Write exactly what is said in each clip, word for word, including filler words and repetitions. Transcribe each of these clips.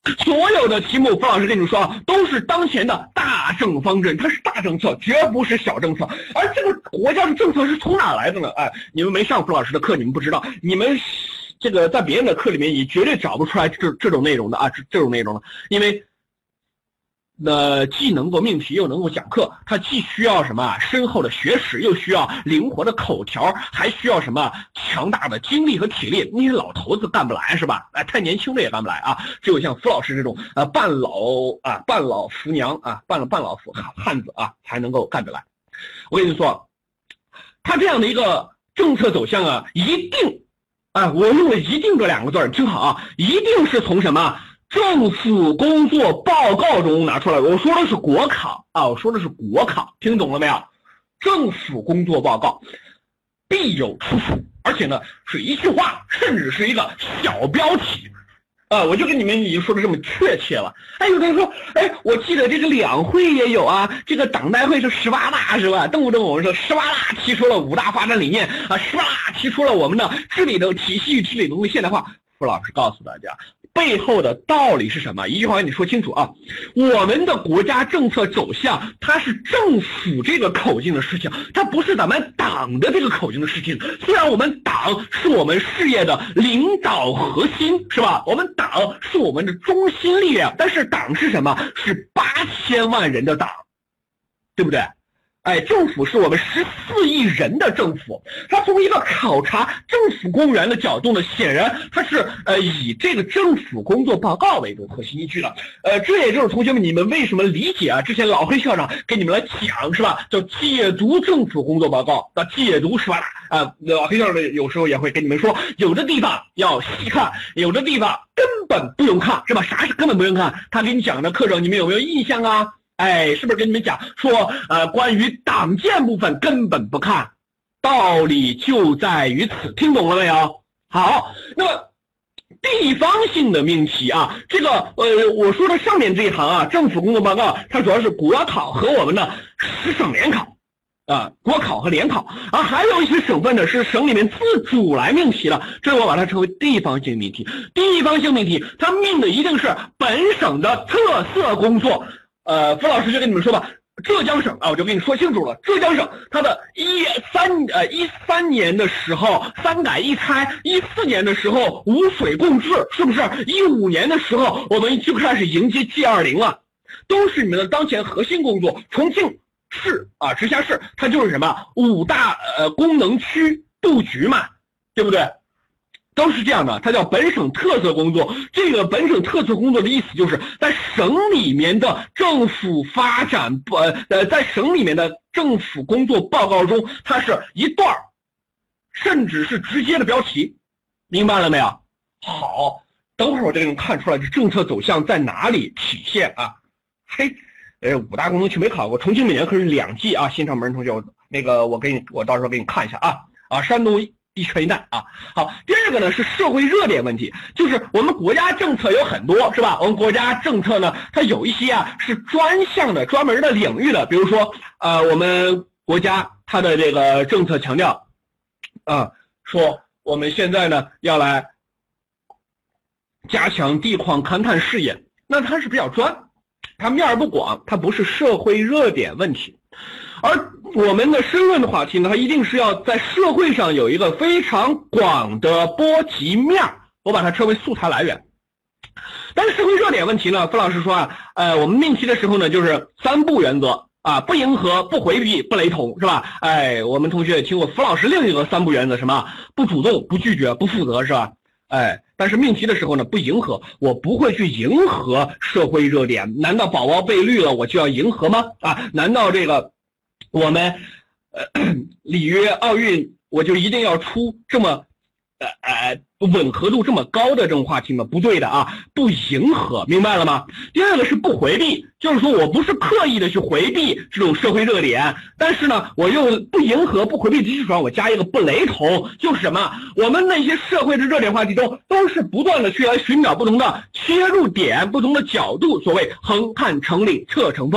所有的题目，付老师跟你们说啊，都是当前的大政方针，它是大政策，绝不是小政策。而这个国家的政策是从哪来的呢？哎，你们没上付老师的课，你们不知道。你们这个在别人的课里面也绝对找不出来这这种内容的啊，这这种内容的，因为。那既能够命题又能够讲课，它既需要什么深厚的学识，又需要灵活的口条，还需要什么强大的精力和体力。那些老头子干不来是吧？哎，太年轻的也干不来啊！只有像付老师这种呃半老啊半老扶娘啊半半老扶汉子啊才能够干得来。我跟你说，他这样的一个政策走向啊，一定啊，我用了一定这两个字，听好啊，一定是从什么？政府工作报告中拿出来，我说的是国考啊，我说的是国考，听懂了没有？政府工作报告必有出处，而且呢是一句话，甚至是一个小标题啊，我就跟你们已经说的这么确切了。哎，有的人说，哎，我记得这个两会也有啊，这个党代会是十八大是吧？动不动我们说十八大提出了五大发展理念啊，十八大提出了我们的治理的体系、治理能力现代化。付老师告诉大家。背后的道理是什么？一句话跟你说清楚啊！我们的国家政策走向，它是政府这个口径的事情，它不是咱们党的这个口径的事情。虽然我们党是我们事业的领导核心，是吧？我们党是我们的中心力量，但是党是什么？是八千万人的党，对不对？哎，政府是我们十四亿人的政府，它从一个考察政府公务员的角度呢，显然它是呃以这个政府工作报告为一个核心依据的。呃，这也就是同学们你们为什么理解啊？之前老黑校长给你们来讲是吧？叫解读政府工作报告，叫解读是吧？啊，老黑校长有时候也会跟你们说，有的地方要细看，有的地方根本不用看，是吧？啥是根本不用看？他给你讲的课程，你们有没有印象啊？哎，是不是跟你们讲说，呃，关于党建部分根本不看，道理就在于此，听懂了没有？好，那么地方性的命题啊，这个呃，我说的上面这一行啊，政府工作报告，它主要是国考和我们的十省联考啊，国考和联考啊，还有一些省份呢是省里面自主来命题了，这我把它称为地方性命题。地方性命题，它命的一定是本省的特色工作。呃，付老师就跟你们说吧，浙江省啊，我就跟你说清楚了，浙江省它的一三呃一三年的时候三改一拆，一四年的时候五水共治，是不是？一五年的时候我们就开始迎接 G 二十 了，都是你们的当前核心工作。重庆市啊，直辖市它就是什么五大呃功能区布局嘛，对不对？都是这样的，它叫本省特色工作。这个本省特色工作的意思就是在省里面的政府发展呃呃在省里面的政府工作报告中，它是一段甚至是直接的标题，明白了没有？好，等会儿我就给你们看出来这政策走向在哪里体现啊。嘿，呃五大功能区没考过，重庆每年可是两季啊。新上门同学，我那个我给你我到时候给你看一下啊啊山东一拳一弹啊。好，第二个呢是社会热点问题，就是我们国家政策有很多是吧？我们国家政策呢，它有一些啊是专项的、专门的领域的，比如说呃我们国家它的这个政策强调啊，说我们现在呢要来加强地矿勘探事业，那它是比较专，它面儿不广，它不是社会热点问题。而我们的申论的话题呢，它一定是要在社会上有一个非常广的波及面，我把它称为素材来源。但是社会热点问题呢，付老师说啊，呃，我们命题的时候呢，就是三不原则啊，不迎合、不回避、不雷同，是吧？哎，我们同学也听过付老师另一个三不原则，什么？不主动、不拒绝、不负责，是吧？哎，但是命题的时候呢，不迎合，我不会去迎合社会热点。难道宝宝被绿了，我就要迎合吗？啊，难道这个我们呃里约奥运我就一定要出这么呃呃吻合度这么高的这种话题吗？不对的啊，不迎合，明白了吗？第二个是不回避，就是说我不是刻意的去回避这种社会热点，但是呢我又不迎合不回避的基础上，我加一个不雷同，就是什么？我们那些社会的热点话题中都是不断的去来寻找不同的切入点、不同的角度，所谓横看成岭侧成峰。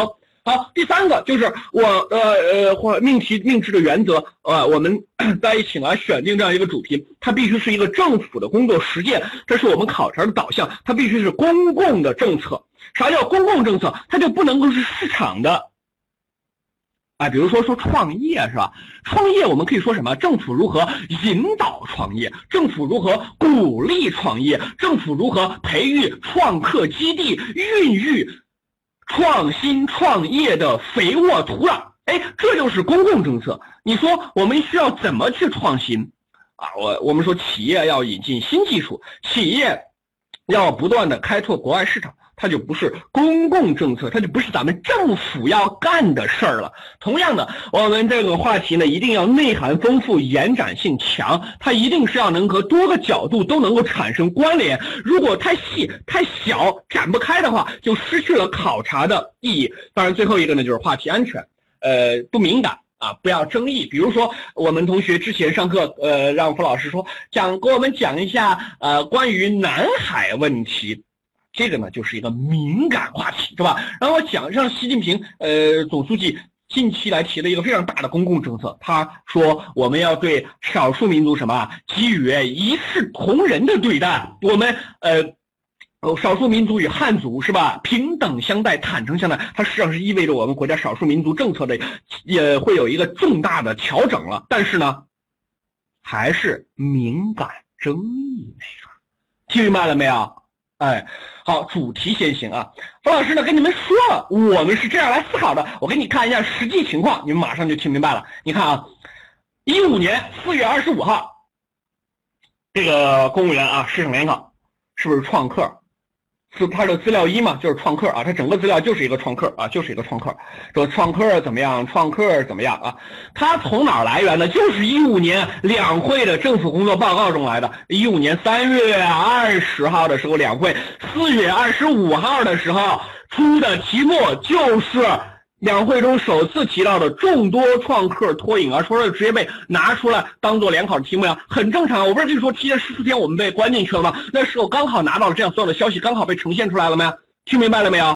好，第三个就是我呃呃或命题命题的原则，呃，我们在一起来选定这样一个主题，它必须是一个政府的工作实践，这是我们考察的导向，它必须是公共的政策。啥叫公共政策？它就不能够是市场的。哎，比如说说创业是吧？创业我们可以说什么？政府如何引导创业？政府如何鼓励创业？政府如何培育创客基地，孕育创新创业的肥沃土壤？哎，这就是公共政策。你说我们需要怎么去创新啊？我我们说企业要引进新技术，企业要不断的开拓国外市场，它就不是公共政策，它就不是咱们政府要干的事儿了。同样的，我们这个话题呢，一定要内涵丰富，延展性强，它一定是要能和多个角度都能够产生关联。如果太细太小展不开的话，就失去了考察的意义。当然最后一个呢，就是话题安全，呃，不敏感啊，不要争议。比如说我们同学之前上课呃让傅老师说讲给我们讲一下呃关于南海问题，这个呢就是一个敏感话题，是吧？然后我讲让习近平呃总书记近期来提了一个非常大的公共政策，他说我们要对少数民族什么给予一视同仁的对待，我们呃少数民族与汉族是吧平等相待，坦诚相待，它实际上是意味着我们国家少数民族政策的也会有一个重大的调整了。但是呢还是敏感争议那个，听明白了没有？哎，好，主题先行啊。冯老师呢跟你们说了，我们是这样来思考的，我给你看一下实际情况，你们马上就听明白了。你看啊，一五年四月二十五号，这个公务员啊，市省联考是不是创客？是他的资料一嘛，就是创客啊，他整个资料就是一个创客啊，就是一个创客。说创客怎么样，创客怎么样啊？他从哪儿来源呢？就是一五年两会的政府工作报告中来的。一五年三月二十号的时候两会，四月二十五号的时候出的题目就是两会中首次提到的众多创客脱颖而出的，直接被拿出来当做联考的题目呀，很正常。我不是跟你说提前十四天我们被关进去了吗？那时候刚好拿到了这样所有的消息，刚好被呈现出来了没有？听明白了没有？